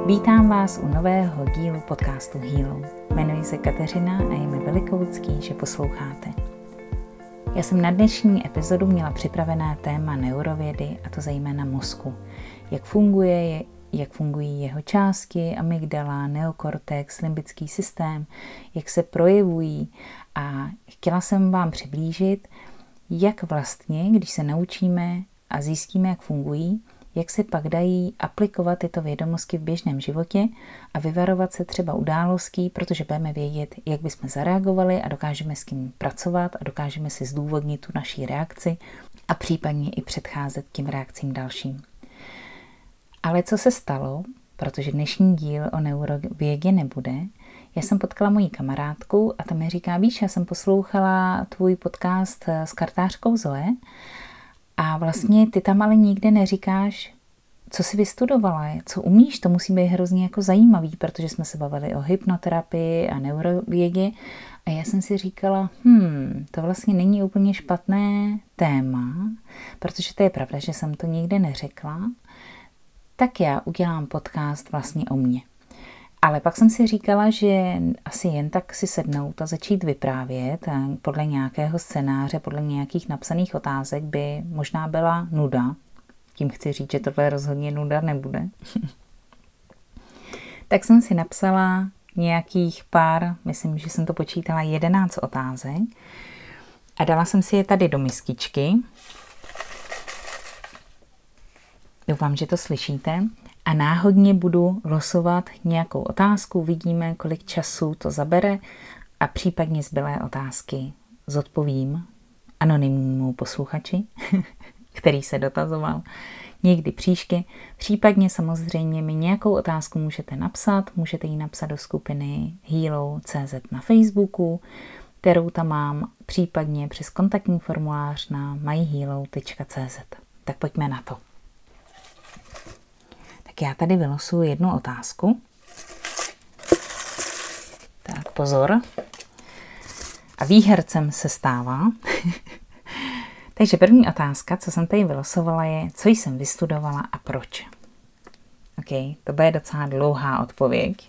Vítám vás u nového dílu podcastu Healo. Jmenuji se Kateřina a je mi velikou ctí, že posloucháte. Já jsem na dnešní epizodu měla připravené téma neurovědy, a to zejména mozku. Jak fungují jeho části, amygdala, neokortex, limbický systém, jak se projevují, a chtěla jsem vám přiblížit, jak vlastně, když se naučíme a zjistíme, jak fungují, jak se pak dají aplikovat tyto vědomosti v běžném životě a vyvarovat se třeba událostí, protože budeme vědět, jak bychom zareagovali a dokážeme s tím pracovat a dokážeme si zdůvodnit tu naší reakci a případně i předcházet tím reakcím dalším. Ale co se stalo, protože dnešní díl o neurovědě nebude, já jsem potkala moji kamarádku a ta mi říká, víš, já jsem poslouchala tvůj podcast s kartářkou Zoe a vlastně ty tam ale nikde neříkáš, co jsi vystudovala, co umíš, to musí být hrozně jako zajímavý, protože jsme se bavili o hypnoterapii a neurovědě a já jsem si říkala, to vlastně není úplně špatné téma, protože to je pravda, že jsem to nikde neřekla, tak já udělám podcast vlastně o mně. Ale pak jsem si říkala, že asi jen tak si sednout a začít vyprávět podle nějakého scénáře, podle nějakých napsaných otázek by možná byla nuda. Tím chci říct, že tohle rozhodně nuda nebude. Tak jsem si napsala nějakých myslím, že jsem to počítala 11 otázek a dala jsem si je tady do miskičky. Doufám, že to slyšíte. A náhodně budu losovat nějakou otázku, vidíme, kolik času to zabere a případně zbylé otázky zodpovím anonymnímu posluchači, který se dotazoval někdy příště. Případně samozřejmě mi nějakou otázku můžete ji napsat do skupiny Healo.cz na Facebooku, kterou tam mám, případně přes kontaktní formulář na myhealo.cz. Tak pojďme na to. Tak já tady vylosuju jednu otázku. Tak pozor. A výhercem se stává. Takže první otázka, co jsem tady vylosovala, je, co jsem vystudovala a proč. OK, to bude docela dlouhá odpověď.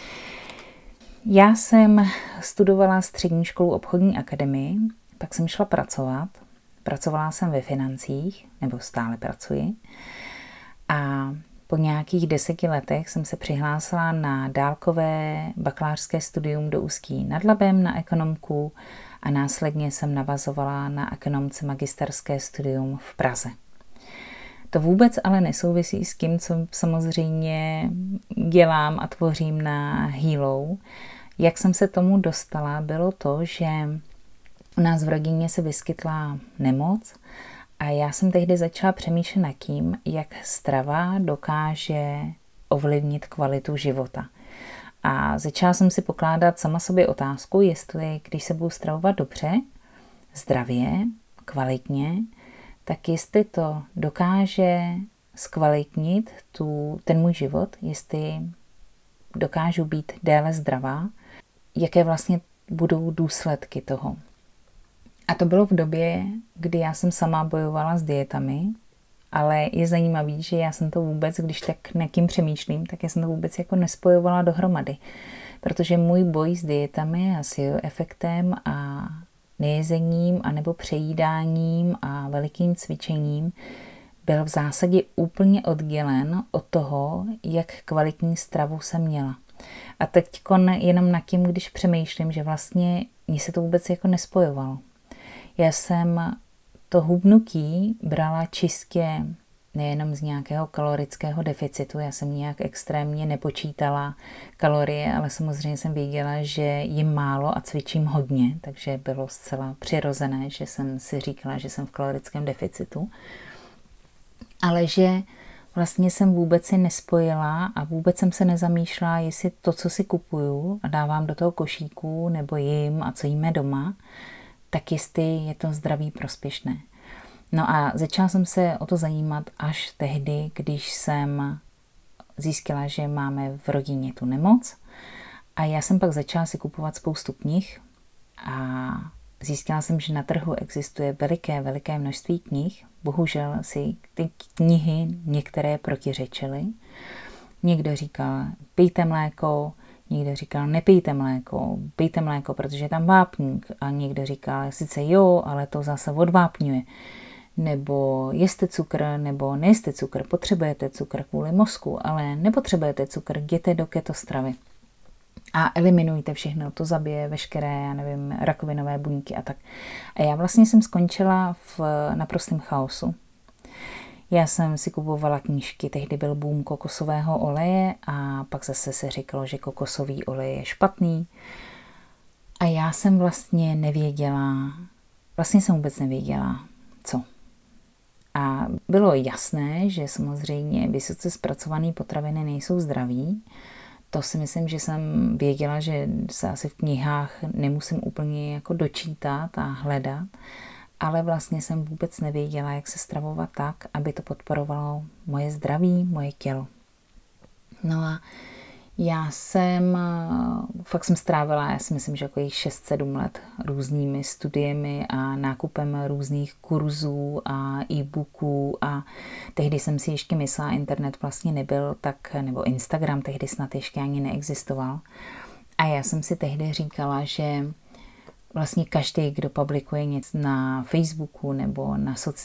Já jsem studovala střední školu obchodní akademii, pak jsem šla pracovat. Pracovala jsem ve financích, nebo stále pracuji. A po nějakých 10 letech jsem se přihlásila na dálkové bakalářské studium do Ústí nad Labem na ekonomku a následně jsem navazovala na ekonomce magisterské studium v Praze. To vůbec ale nesouvisí s tím, co samozřejmě dělám a tvořím na Healo. Jak jsem se tomu dostala, bylo to, že u nás v rodině se vyskytla nemoc a já jsem tehdy začala přemýšlet nad tím, jak strava dokáže ovlivnit kvalitu života. A začala jsem si pokládat sama sobě otázku, jestli když se budu stravovat dobře, zdravě, kvalitně, tak jestli to dokáže zkvalitnit ten můj život, jestli dokážu být déle zdravá, jaké vlastně budou důsledky toho. A to bylo v době, kdy já jsem sama bojovala s dietami, ale je zajímavý, že já jsem to vůbec, když tak nad tím přemýšlím, tak já jsem to vůbec jako nespojovala dohromady. Protože můj boj s dietami a s jeho efektem a nejezením anebo přejídáním a velikým cvičením byl v zásadě úplně oddělen od toho, jak kvalitní stravu jsem měla. A teď jenom nad tím, když přemýšlím, že vlastně mně se to vůbec jako nespojovalo. Já jsem to hubnutí brala čistě nejenom z nějakého kalorického deficitu, já jsem nějak extrémně nepočítala kalorie, ale samozřejmě jsem věděla, že jim málo a cvičím hodně, takže bylo zcela přirozené, že jsem si říkala, že jsem v kalorickém deficitu. Ale že vlastně jsem vůbec si nespojila a vůbec jsem se nezamýšlela, jestli to, co si kupuju a dávám do toho košíku nebo jim a co jíme doma, tak jestli je to zdraví prospěšné. No a začala jsem se o to zajímat až tehdy, když jsem zjistila, že máme v rodině tu nemoc. A já jsem pak začala si kupovat spoustu knih a zjistila jsem, že na trhu existuje veliké množství knih. Bohužel si ty knihy některé protiřečily. Někdo říkal, pijte mléko, někdo říkal, nepijte mléko, pijte mléko, protože je tam vápník. A někdo říkal, sice jo, ale to zase odvápňuje. Nebo jeste cukr, nebo nejeste cukr, potřebujete cukr kvůli mozku, ale nepotřebujete cukr, jděte do keto stravy. A eliminujte všechno, to zabije veškeré, já nevím, rakovinové buňky a tak. A já vlastně jsem skončila v naprostém chaosu. Já jsem si kupovala knížky, tehdy byl boom kokosového oleje a pak zase se říkalo, že kokosový olej je špatný. A já jsem vlastně vůbec nevěděla, co. A bylo jasné, že samozřejmě vysoce zpracované potraviny nejsou zdraví. To si myslím, že jsem věděla, že se asi v knihách nemusím úplně jako dočítat a hledat, ale vlastně jsem vůbec nevěděla, jak se stravovat tak, aby to podporovalo moje zdraví, moje tělo. No a já jsem strávila, já si myslím, že jako 6-7 let různými studiemi a nákupem různých kurzů a e-booků a tehdy jsem si ještě myslela, internet vlastně nebyl tak, nebo Instagram tehdy snad ještě ani neexistoval. A já jsem si tehdy říkala, že vlastně každý, kdo publikuje něco na Facebooku nebo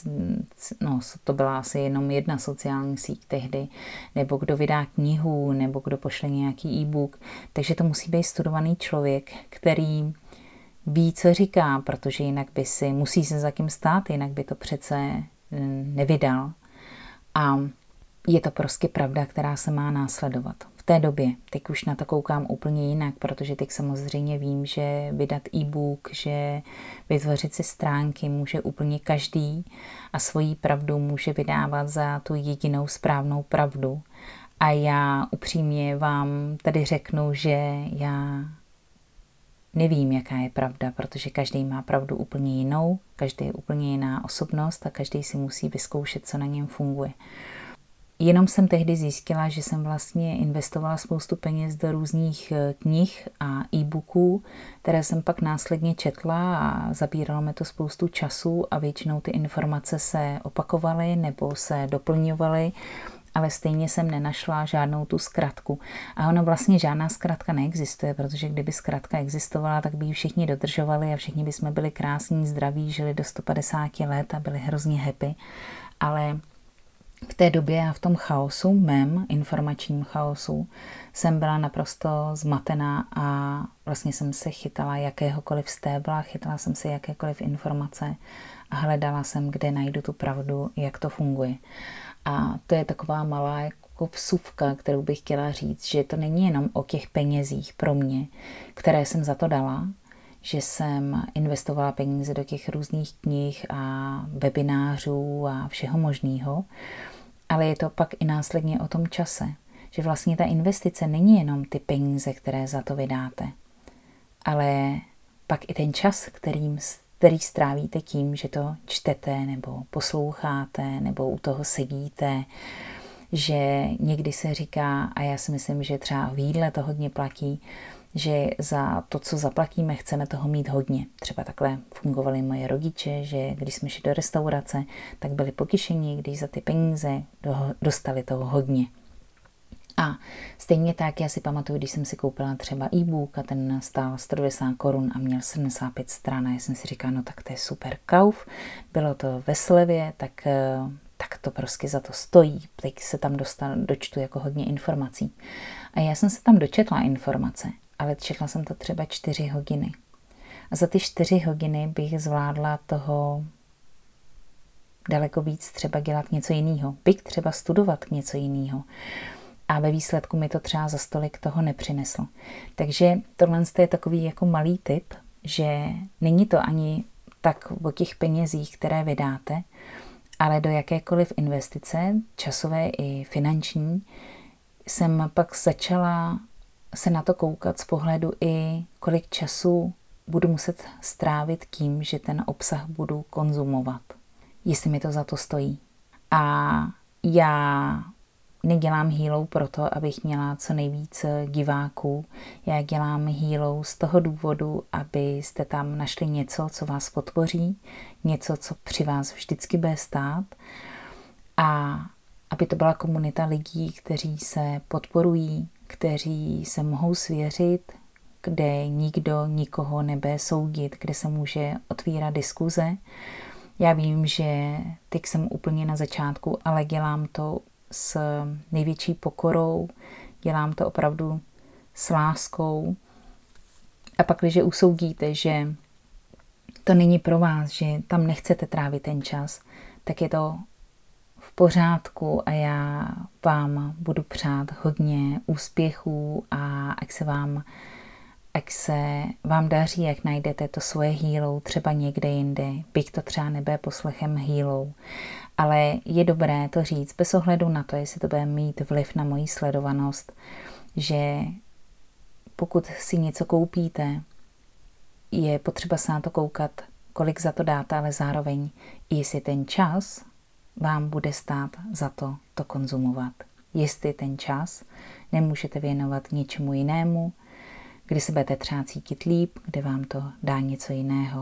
to byla asi jenom jedna sociální síť tehdy, nebo kdo vydá knihu, nebo kdo pošle nějaký e-book, takže to musí být studovaný člověk, který ví, co říká, protože jinak musí se za tím stát, jinak by to přece nevydal. A je to prostě pravda, která se má následovat. V té době, teď už na to koukám úplně jinak, protože teď samozřejmě vím, že vydat e-book, že vytvořit si stránky může úplně každý a svoji pravdu může vydávat za tu jedinou správnou pravdu. A já upřímně vám tady řeknu, že já nevím, jaká je pravda, protože každý má pravdu úplně jinou, každý je úplně jiná osobnost a každý si musí vyzkoušet, co na něm funguje. Jenom jsem tehdy zjistila, že jsem vlastně investovala spoustu peněz do různých knih a e-booků, které jsem pak následně četla a zabíralo mi to spoustu času a většinou ty informace se opakovaly nebo se doplňovaly, ale stejně jsem nenašla žádnou tu zkratku. A ono vlastně žádná zkratka neexistuje, protože kdyby zkratka existovala, tak by ji všichni dodržovali a všichni bychom byli krásní, zdraví, žili do 150 let a byli hrozně happy. Ale v té době a v tom chaosu, mém informačním chaosu, jsem byla naprosto zmatená a vlastně jsem se chytala jakéhokoliv stébla, chytala jsem se jakékoliv informace a hledala jsem, kde najdu tu pravdu, jak to funguje. A to je taková malá jako vsuvka, kterou bych chtěla říct, že to není jenom o těch penězích pro mě, které jsem za to dala, že jsem investovala peníze do těch různých knih a webinářů a všeho možného, ale je to pak i následně o tom čase, že vlastně ta investice není jenom ty peníze, které za to vydáte, ale pak i ten čas, který strávíte tím, že to čtete nebo posloucháte nebo u toho sedíte, že někdy se říká, a já si myslím, že třeba v jídle to hodně platí, že za to, co zaplatíme, chceme toho mít hodně. Třeba takhle fungovali moje rodiče, že když jsme šli do restaurace, tak byli potěšení, když za ty peníze dostali toho hodně. A stejně tak, já si pamatuju, když jsem si koupila třeba e-book a ten stál 190 korun a měl 75 stran a já jsem si říkala, no tak to je super kauf, bylo to ve slevě, tak to prostě za to stojí, teď se tam dočtu jako hodně informací. A já jsem se tam dočetla informace, ale četla jsem to třeba 4 hodiny. A za ty 4 hodiny bych zvládla toho daleko víc třeba dělat něco jiného, byť třeba studovat něco jiného. A ve výsledku mi to třeba za stolik toho nepřineslo. Takže tohle je takový jako malý tip, že není to ani tak o těch penězích, které vydáte, ale do jakékoliv investice, časové i finanční, jsem pak začala se na to koukat z pohledu i kolik času budu muset strávit tím, že ten obsah budu konzumovat. Jestli mi to za to stojí. A já nedělám Healou proto, abych měla co nejvíc diváků. Já dělám Healou z toho důvodu, abyste tam našli něco, co vás podpoří, něco, co při vás vždycky bude stát. A aby to byla komunita lidí, kteří se podporují, kteří se mohou svěřit, kde nikdo nikoho nebude soudit, kde se může otvírat diskuze. Já vím, že teď jsem úplně na začátku, ale dělám to s největší pokorou, dělám to opravdu s láskou. A pak, když usoudíte, že to není pro vás, že tam nechcete trávit ten čas, tak je to v pořádku a já vám budu přát hodně úspěchů a ať se vám daří, jak najdete to svoje healou třeba někde jinde, byť to třeba nebude poslechem healou. Ale je dobré to říct bez ohledu na to, jestli to bude mít vliv na moji sledovanost, že pokud si něco koupíte, je potřeba se na to koukat, kolik za to dáte, ale zároveň i jestli ten čas vám bude stát za to konzumovat. Jestli ten čas nemůžete věnovat něčemu jinému, kdy se budete třeba cítit líp, kde vám to dá něco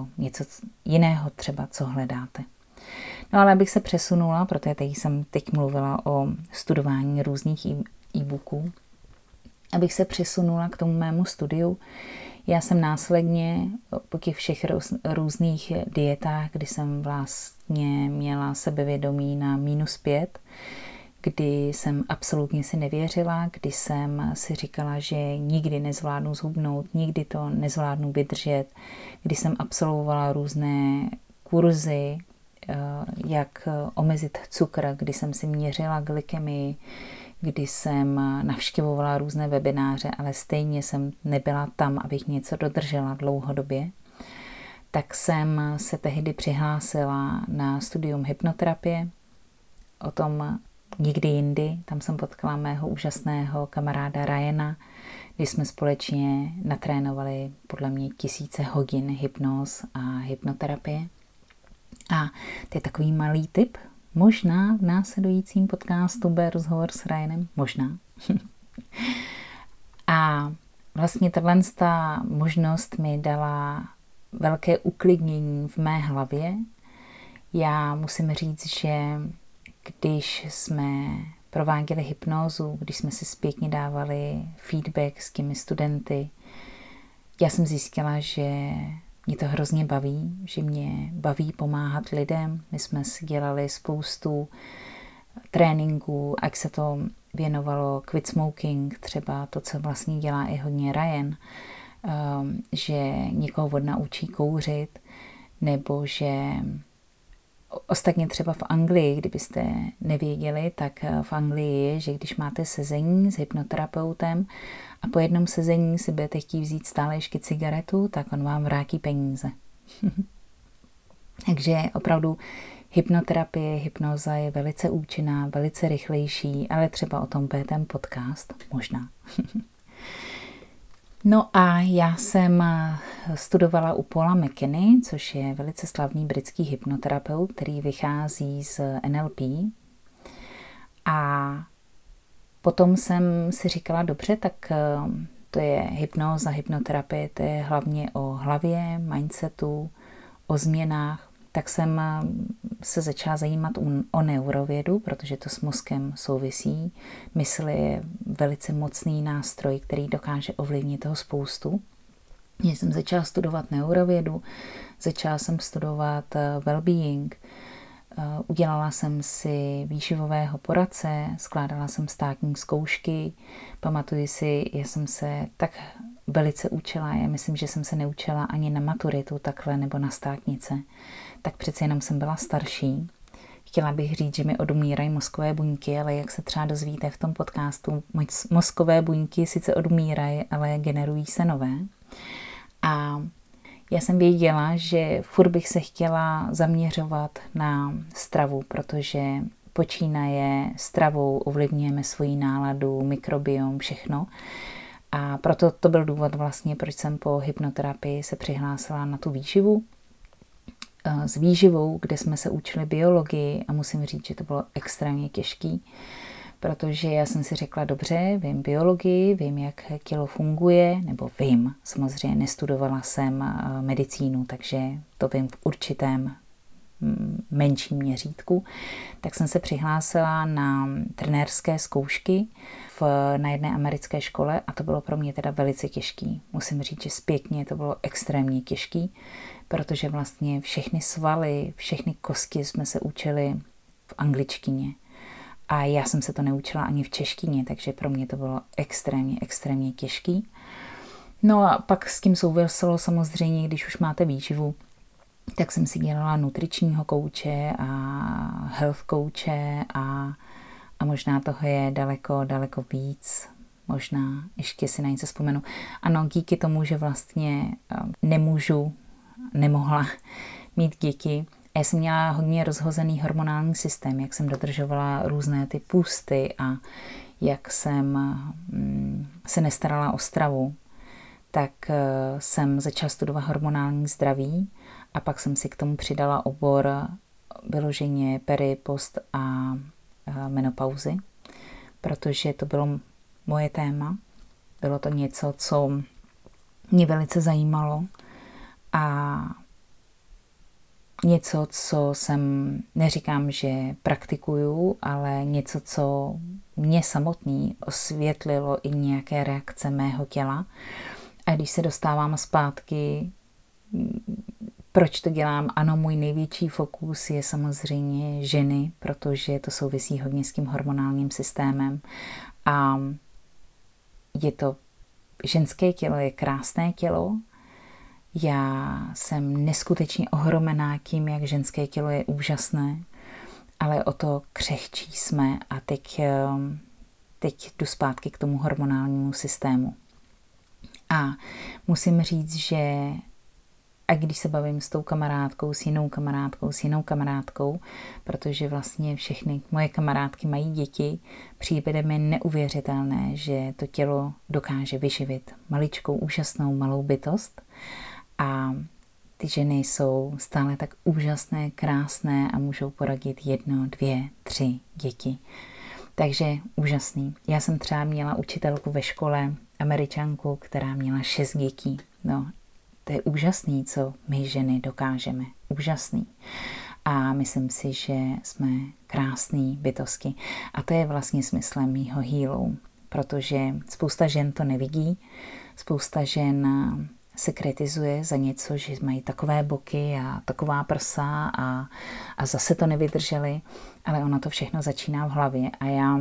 jiného třeba, co hledáte. No ale abych se přesunula, protože tady jsem teď mluvila o studování různých e-booků, abych se přesunula k tomu mému studiu. Já jsem následně po těch všech různých dietách, kdy jsem vlastně měla sebevědomí na -5, kdy jsem absolutně si nevěřila, kdy jsem si říkala, že nikdy nezvládnu zhubnout, nikdy to nezvládnu vydržet, kdy jsem absolvovala různé kurzy, jak omezit cukr, kdy jsem si měřila glykemii, kdy jsem navštěvovala různé webináře, ale stejně jsem nebyla tam, abych něco dodržela dlouhodobě, tak jsem se tehdy přihlásila na studium hypnoterapie. O tom nikdy jindy, tam jsem potkala mého úžasného kamaráda Ryana, kdy jsme společně natrénovali podle mě 1000 hodin hypnoz a hypnoterapie. A to je takový malý tip. Možná v následujícím podcastu bude rozhovor s Ryanem. Možná. A vlastně tato možnost mi dala velké uklidnění v mé hlavě. Já musím říct, že když jsme prováděli hypnózu, když jsme si zpětně dávali feedback s těmi studenty, já jsem zjistila, že mě to hrozně baví, že mě baví pomáhat lidem. My jsme si dělali spoustu tréninků, ať se to věnovalo quit smoking, třeba to, co vlastně dělá i hodně Ryan, že někoho odnaučí kouřit, nebo že ostatně třeba v Anglii, kdybyste nevěděli, tak v Anglii je, že když máte sezení s hypnoterapeutem a po jednom sezení si budete chtít vzít stále ještě cigaretu, tak on vám vrátí peníze. Takže opravdu hypnoterapie, hypnoza je velice účinná, velice rychlejší, ale třeba o tom bude ten podcast, možná. No a já jsem studovala u Paula McKinney, což je velice slavný britský hypnoterapeut, který vychází z NLP. A potom jsem si říkala, dobře, tak to je hypnóza, hypnoterapie, to je hlavně o hlavě, mindsetu, o změnách. Tak jsem se začala zajímat o neurovědu, protože to s mozkem souvisí. Mysl je velice mocný nástroj, který dokáže ovlivnit toho spoustu. Já jsem začala studovat neurovědu, začala jsem studovat well-being, udělala jsem si výživového poradce, skládala jsem státní zkoušky, pamatuji si, já jsem se tak velice učila, já myslím, že jsem se neučila ani na maturitu takhle nebo na státnice, tak přece jenom jsem byla starší. Chtěla bych říct, že mi odumírají mozkové buňky, ale jak se třeba dozvíte v tom podcastu, mozkové buňky sice odumírají, ale generují se nové. A já jsem věděla, že furt bych se chtěla zaměřovat na stravu, protože počínaje stravou ovlivňujeme svoji náladu, mikrobiom, všechno. A proto to byl důvod vlastně, proč jsem po hypnoterapii se přihlásila na tu výživu. S výživou, kde jsme se učili biologii a musím říct, že to bylo extrémně těžký, protože já jsem si řekla, dobře, vím biologii, vím, jak tělo funguje, nebo vím, samozřejmě nestudovala jsem medicínu, takže to vím v určitém menším měřítku, tak jsem se přihlásila na trenérské zkoušky na jedné americké škole a to bylo pro mě teda velice těžký. Musím říct, že zpětně to bylo extrémně těžký, protože vlastně všechny svaly, všechny kosti jsme se učili v angličtině. A já jsem se to neučila ani v češtině, takže pro mě to bylo extrémně těžký. No a pak s tím souviselo samozřejmě, když už máte výživu, tak jsem si dělala nutričního kouče a health kouče a možná toho je daleko víc. Možná ještě si na něco vzpomenu. Ano, díky tomu, že vlastně nemohla mít děti. Já jsem měla hodně rozhozený hormonální systém, jak jsem dodržovala různé ty půsty a jak jsem se nestarala o stravu, tak jsem začala studovat hormonální zdraví a pak jsem si k tomu přidala obor vyloženě peri, post a menopauzy, protože to bylo moje téma. Bylo to něco, co mě velice zajímalo a něco, co jsem, neříkám, že praktikuju, ale něco, co mě samotný osvětlilo i nějaké reakce mého těla. A když se dostávám zpátky, proč to dělám? Ano, můj největší fokus je samozřejmě ženy, protože to souvisí hodně s tím hormonálním systémem. A je to, ženské tělo je krásné tělo. Já jsem neskutečně ohromená tím, jak ženské tělo je úžasné, ale o to křehčí jsme a teď jdu zpátky k tomu hormonálnímu systému. A musím říct, že a když se bavím s tou kamarádkou, s jinou kamarádkou, protože vlastně všechny moje kamarádky mají děti, přijde mi neuvěřitelné, že to tělo dokáže vyživit maličkou, úžasnou malou bytost. A ty ženy jsou stále tak úžasné, krásné a můžou porodit 1, 2, 3 děti. Takže úžasný. Já jsem třeba měla učitelku ve škole, Američanku, která měla 6 dětí. No, to je úžasný, co my ženy dokážeme. Úžasný. A myslím si, že jsme krásný bytosti. A to je vlastně smyslem mýho healu, protože spousta žen to nevidí, spousta žen se kritizuje za něco, že mají takové boky a taková prsa a zase to nevydrželi, ale ono to všechno začíná v hlavě a já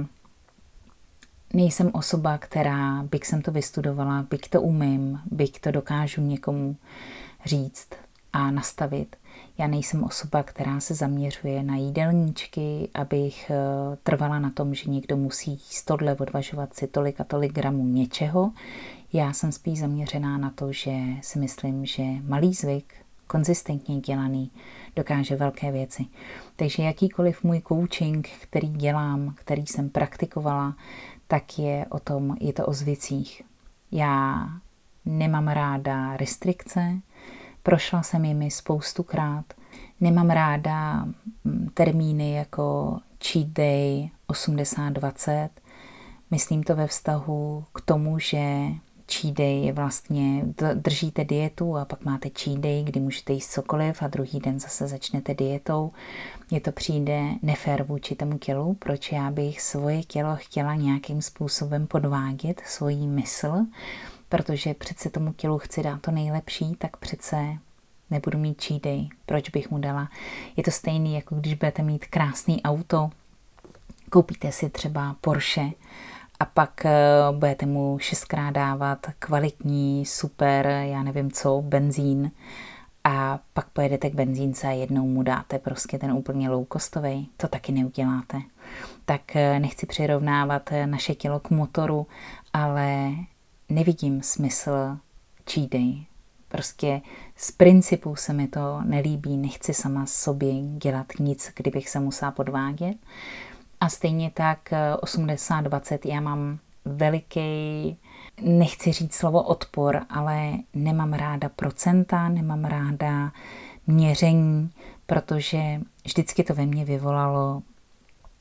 nejsem osoba, která byť jsem to vystudovala, byť to umím, byť to dokážu někomu říct a nastavit. Já nejsem osoba, která se zaměřuje na jídelníčky, abych trvala na tom, že někdo musí jíst tohle, odvažovat si tolik a tolik gramů něčeho. Já jsem spíš zaměřená na to, že si myslím, že malý zvyk, konzistentně dělaný, dokáže velké věci. Takže jakýkoliv můj coaching, který dělám, který jsem praktikovala, tak je to o zvicích. Já nemám ráda restrikce, prošla jsem jimi spoustukrát, nemám ráda termíny jako cheat day 80-20, myslím to ve vztahu k tomu, že cheat day je vlastně, držíte dietu a pak máte cheat day, kdy můžete jíst cokoliv a druhý den zase začnete dietou. Mně to přijde nefér vůči tomu tělu, proč já bych svoje tělo chtěla nějakým způsobem podvádět, svoji mysl, protože přece tomu tělu chci dát to nejlepší, tak přece nebudu mít cheat day. Proč bych mu dala? Je to stejný, jako když budete mít krásný auto, koupíte si třeba Porsche, a pak budete mu 6krát dávat kvalitní, super, já nevím co, benzín a pak pojedete k benzínce a jednou mu dáte prostě ten úplně low-costovej. To taky neuděláte. Tak nechci přirovnávat naše tělo k motoru, ale nevidím smysl cheat day. Prostě z principu se mi to nelíbí, nechci sama sobě dělat nic, kdybych se musela podvádět. A stejně tak 80-20 já mám veliký, nechci říct slovo odpor, ale nemám ráda procenta, nemám ráda měření, protože vždycky to ve mně vyvolalo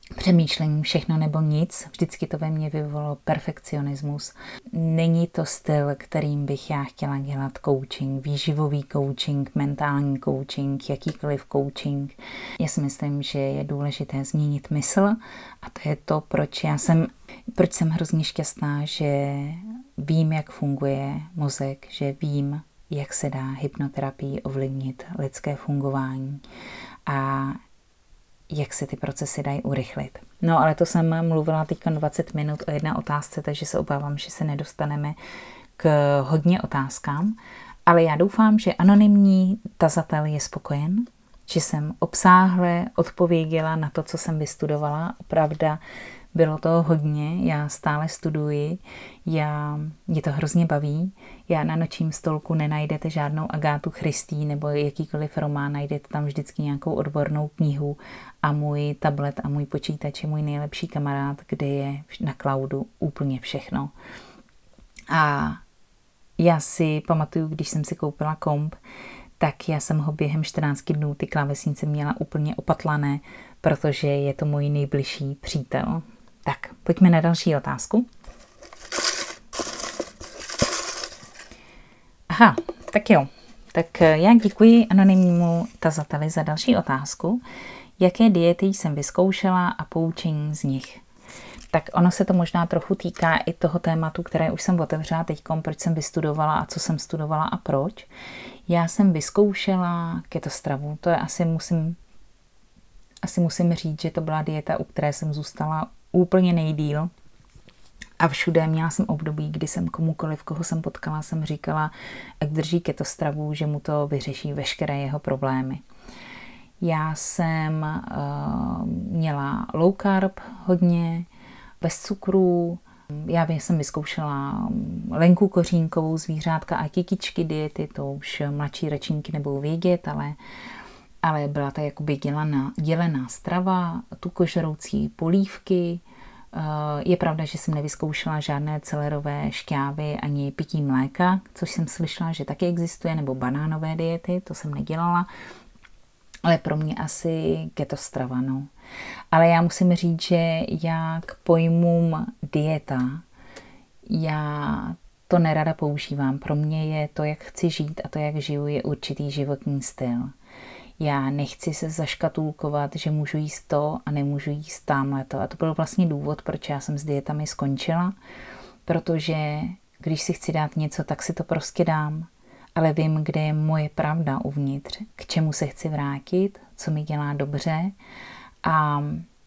přemýšlení všechno nebo nic. Vždycky to ve mně vyvolalo perfekcionismus. Není to styl, kterým bych já chtěla dělat coaching, výživový coaching, mentální coaching, jakýkoliv coaching. Já si myslím, že je důležité změnit mysl a to je to, proč jsem hrozně šťastná, že vím, jak funguje mozek, že vím, jak se dá hypnoterapii ovlivnit lidské fungování a jak se ty procesy dají urychlit. No ale to jsem mluvila teď 20 minut o jedné otázce, takže se obávám, že se nedostaneme k hodně otázkám, ale já doufám, že anonymní tazatel je spokojen, že jsem obsáhle odpověděla na to, co jsem vystudovala. Pravda, bylo toho hodně, já stále studuji, mě to hrozně baví. Já na nočním stolku nenajdete žádnou Agátu Christie nebo jakýkoliv román, najdete tam vždycky nějakou odbornou knihu a můj tablet a můj počítač je můj nejlepší kamarád, kde je na cloudu úplně všechno. A já si pamatuju, když jsem si koupila komp, tak já jsem ho během 14 dnů ty klávesnice měla úplně opatlané, protože je to můj nejbližší přítel. Tak, pojďme na další otázku. Aha, tak jo. Tak já děkuji anonymnímu tazateli za další otázku. Jaké diety jsem vyzkoušela a poučení z nich? Tak ono se to možná trochu týká i toho tématu, které už jsem otevřela teďkom, proč jsem vystudovala a co jsem studovala a proč. Já jsem vyzkoušela ketostravu. To je asi musím říct, že to byla dieta, u které jsem zůstala úplně nejdýl. A všude měla jsem období, kdy jsem komukoliv, koho jsem potkala, jsem říkala, ať drží ketostravu, že mu to vyřeší veškeré jeho problémy. Já jsem měla low carb hodně, bez cukru. Já jsem vyzkoušela Lenku Kořínkovou, zvířátka a kytičky diety, to už mladší ročníky nebudou vědět, ale byla to jakoby dělená strava, tukožroucí polívky. Je pravda, že jsem nevyzkoušela žádné celerové šťávy ani pití mléka, což jsem slyšela, že taky existuje, nebo banánové diety, to jsem nedělala. Ale pro mě asi ketostrava, no. Ale já musím říct, že já k pojmům dieta, já to nerada používám. Pro mě je to, jak chci žít a to, jak žiju, je určitý životní styl. Já nechci se zaškatulkovat, že můžu jíst to a nemůžu jíst tamhleto. A to byl vlastně důvod, proč já jsem s dietami skončila, protože když si chci dát něco, tak si to prostě dám. Ale vím, kde je moje pravda uvnitř, k čemu se chci vrátit, co mi dělá dobře a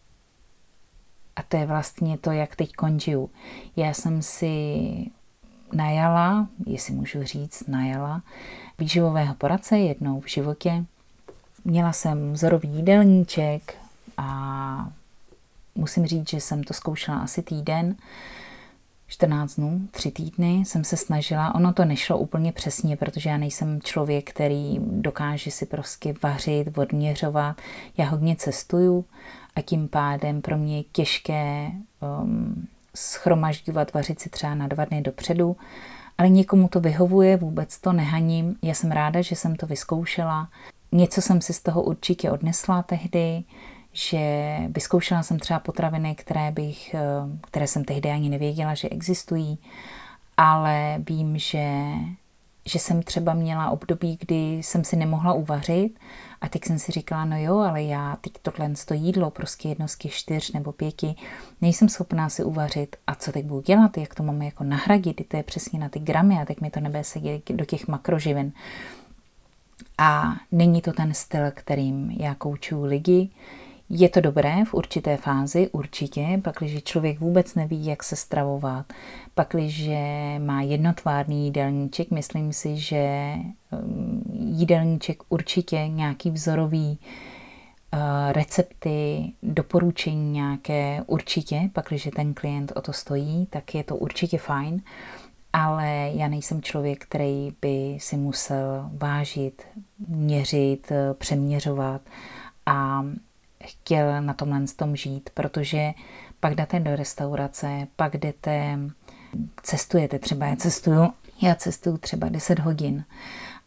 to je vlastně to, jak teď žiju. Já jsem si najala, jestli můžu říct, výživového poradce jednou v životě. Měla jsem vzorový jídelníček a musím říct, že jsem to zkoušela asi týden, 14 dnů, 3 týdny jsem se snažila. Ono to nešlo úplně přesně, protože já nejsem člověk, který dokáže si prostě vařit, odměřovat. Já hodně cestuju a tím pádem pro mě je těžké shromažďovat, vařit si třeba na 2 dny dopředu, ale někomu to vyhovuje, vůbec to nehaním. Já jsem ráda, že jsem to vyzkoušela. Něco jsem si z toho určitě odnesla tehdy, že vyzkoušela jsem třeba potraviny, které jsem tehdy ani nevěděla, že existují, ale vím, že jsem třeba měla období, kdy jsem si nemohla uvařit a teď jsem si říkala, no jo, ale já teď tohle jídlo, prostě jedno z těch 4 nebo 5, nejsem schopná si uvařit a co teď budu dělat, jak to mám jako nahradit, to je přesně na ty gramy a teď mi to nebude sedět do těch makroživin. A není to ten styl, kterým já koučuju lidi. Je to dobré v určité fázi, určitě, pakliže člověk vůbec neví, jak se stravovat, pakliže má jednotvárný jídelníček, myslím si, že jídelníček určitě nějaký vzorový recepty, doporučení nějaké určitě, pakliže ten klient o to stojí, tak je to určitě fajn, ale já nejsem člověk, který by si musel vážit, měřit, přeměřovat a chtěl na tomhle tom žít, protože pak jdete do restaurace, pak cestujete, třeba já cestuju třeba 10 hodin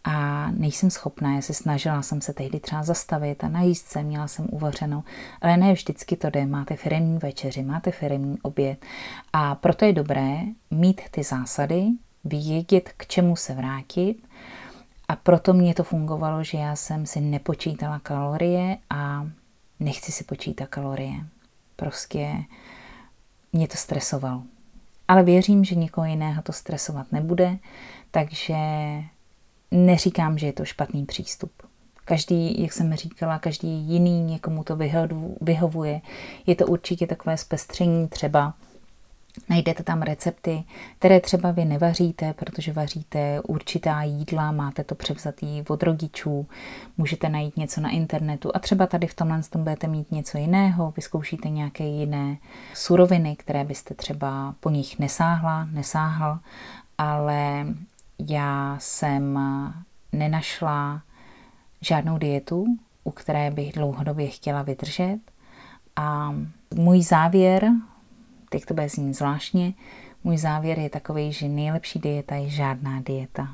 a nejsem schopná. Snažila jsem se tehdy třeba zastavit a najíst se, měla jsem uvařenou, ale ne vždycky to jde. Máte firemní večeři, máte firemní oběd a proto je dobré mít ty zásady, vědět, k čemu se vrátit, a proto mě to fungovalo, že já jsem si nepočítala kalorie a nechci si počítat kalorie. Prostě mě to stresovalo. Ale věřím, že nikoho jiného to stresovat nebude, takže neříkám, že je to špatný přístup. Každý, jak jsem říkala, každý jiný, někomu to vyhovuje. Je to určitě takové zpestření, třeba najdete tam recepty, které třeba vy nevaříte, protože vaříte určitá jídla, máte to převzatý od rodičů, můžete najít něco na internetu a třeba tady v tomhle budete mít něco jiného, vyzkoušíte nějaké jiné suroviny, které byste třeba po nich nesáhl, ale já jsem nenašla žádnou dietu, u které bych dlouhodobě chtěla vydržet, a můj závěr, teď to bude znít zvláštně, můj závěr je takový, že nejlepší dieta je žádná dieta.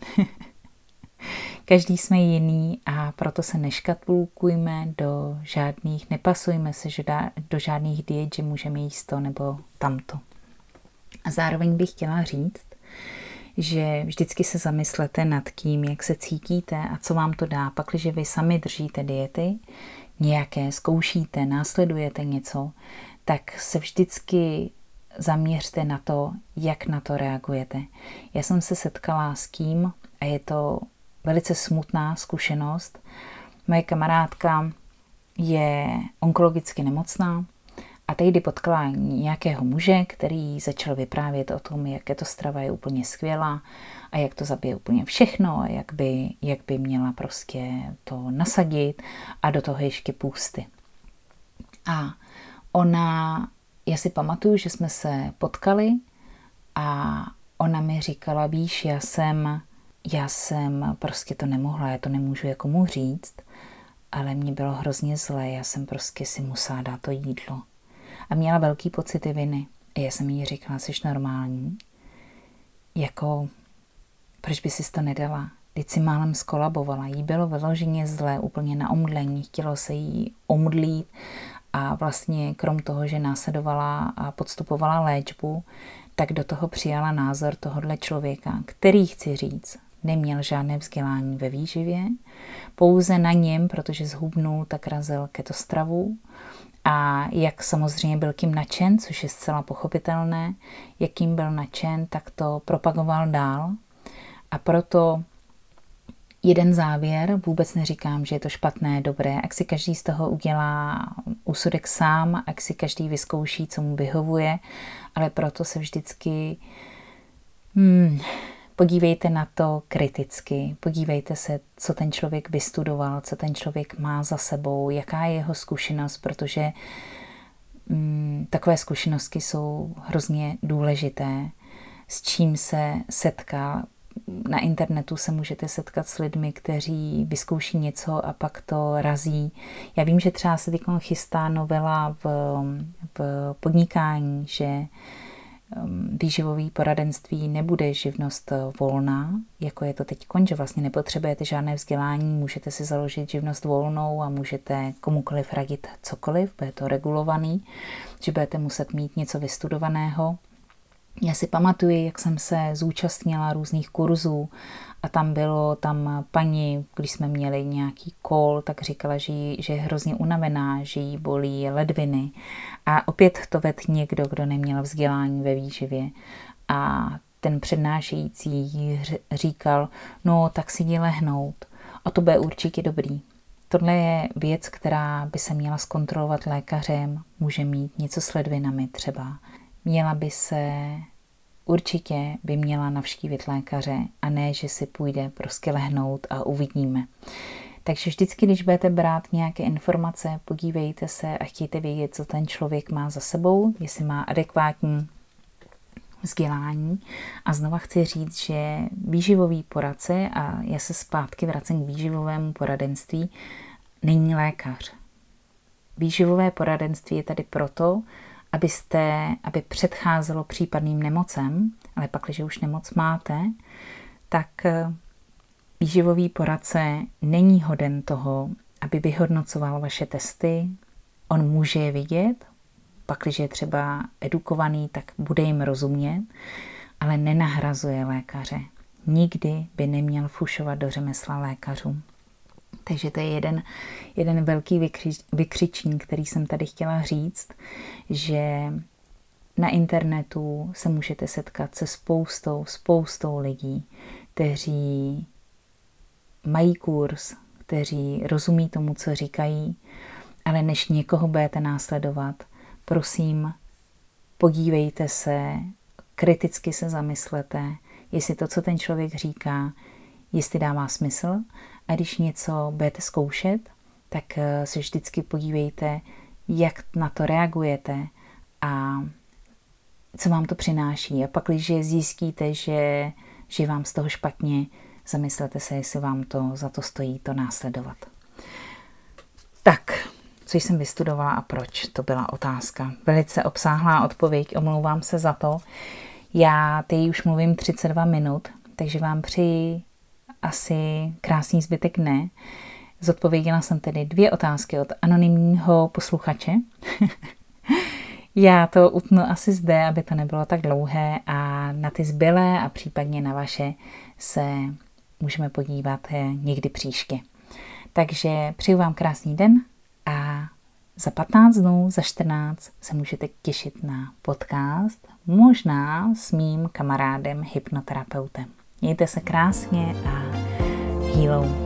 Každý jsme jiný a proto se neškatulkujme do žádných, nepasujme se do žádných diet, že můžeme jíst to nebo tamto. A zároveň bych chtěla říct, že vždycky se zamyslete nad tím, jak se cítíte a co vám to dá. Pakliže vy sami držíte diety, nějaké zkoušíte, následujete něco, tak se vždycky zaměřte na to, jak na to reagujete. Já jsem se setkala s tím, a je to velice smutná zkušenost. Moje kamarádka je onkologicky nemocná a tehdy potkala nějakého muže, který začal vyprávět o tom, jak je to strava je úplně skvělá a jak to zabije úplně všechno a jak by měla prostě to nasadit a do toho ještě půsty. A já si pamatuju, že jsme se potkali a ona mi říkala, víš, já jsem prostě to nemohla, já to nemůžu jako mu říct, ale mě bylo hrozně zlé, já jsem prostě si musela dát to jídlo. A měla velký pocity viny. A já jsem jí říkala, jsi normální? Jako, proč by si to nedala? Teď si málem skolabovala. Jí bylo vyloženě zlé, úplně na omdlení. Chtělo se jí omdlít a vlastně krom toho, že následovala a podstupovala léčbu, tak do toho přijala názor tohohle člověka, který, chci říct, neměl žádné vzdělání ve výživě, pouze na něm, protože zhubnul, tak razil ketostravu. A jak samozřejmě byl kým nadšen, což je zcela pochopitelné, jakým byl nadšen, tak to propagoval dál. A proto jeden závěr, vůbec neříkám, že je to špatné, dobré, ať si každý z toho udělá úsudek sám, ať si každý vyzkouší, co mu vyhovuje, ale proto se vždycky podívejte na to kriticky, podívejte se, co ten člověk vystudoval, co ten člověk má za sebou, jaká je jeho zkušenost, protože takové zkušenosti jsou hrozně důležité, s čím se setkal. Na internetu se můžete setkat s lidmi, kteří vyzkouší něco a pak to razí. Já vím, že třeba se teď chystá novela v podnikání, že výživový poradenství nebude živnost volná, jako je to teď, že vlastně nepotřebujete žádné vzdělání, můžete si založit živnost volnou a můžete komukoliv radit cokoliv, bude to regulovaný, že budete muset mít něco vystudovaného. Já si pamatuju, jak jsem se zúčastnila různých kurzů a tam paní, když jsme měli nějaký call, tak říkala, že je hrozně unavená, že jí bolí ledviny. A opět to vedl někdo, kdo neměl vzdělání ve výživě. A ten přednášející jí říkal, no tak si jdi lehnout. A to bude určitě dobrý. Tohle je věc, která by se měla zkontrolovat lékařem, může mít něco s ledvinami třeba. Určitě by měla navštívit lékaře a ne, že si půjde prostě lehnout a uvidíme. Takže vždycky, když budete brát nějaké informace, podívejte se a chtějte vědět, co ten člověk má za sebou, jestli má adekvátní vzdělání. A znova chci říct, že výživový poradce, a já se zpátky vracím k výživovému poradenství, není lékař. Výživové poradenství je tady proto, aby předcházelo případným nemocem, ale pak, když už nemoc máte, tak Výživový poradce není hoden toho, aby vyhodnocoval vaše testy. On může je vidět, pakliže je třeba edukovaný, tak bude jim rozumět, ale nenahrazuje lékaře. Nikdy by neměl fušovat do řemesla lékařů. Takže to je jeden velký vykřičník, který jsem tady chtěla říct, že na internetu se můžete setkat se spoustou lidí, kteří mají kurz, kteří rozumí tomu, co říkají, ale než někoho budete následovat, prosím, podívejte se, kriticky se zamyslete, jestli to, co ten člověk říká, jestli dává smysl. A když něco budete zkoušet, tak se vždycky podívejte, jak na to reagujete a co vám to přináší. A pak, když zjistíte, že vám z toho špatně, zamyslete se, jestli vám to za to stojí to následovat. Tak, co jsem vystudovala a proč? To byla otázka. Velice obsáhlá odpověď, omlouvám se za to. Já teď už mluvím 32 minut, takže vám přeji asi krásný zbytek dne. Zodpověděla jsem tedy 2 otázky od anonymního posluchače. Já to utnu asi zde, aby to nebylo tak dlouhé a na ty zbylé a případně na vaše se můžeme podívat někdy příště. Takže přeju vám krásný den a za 15 dnů, za 14 se můžete těšit na podcast, možná s mým kamarádem hypnoterapeutem. Mějte se krásně a healou.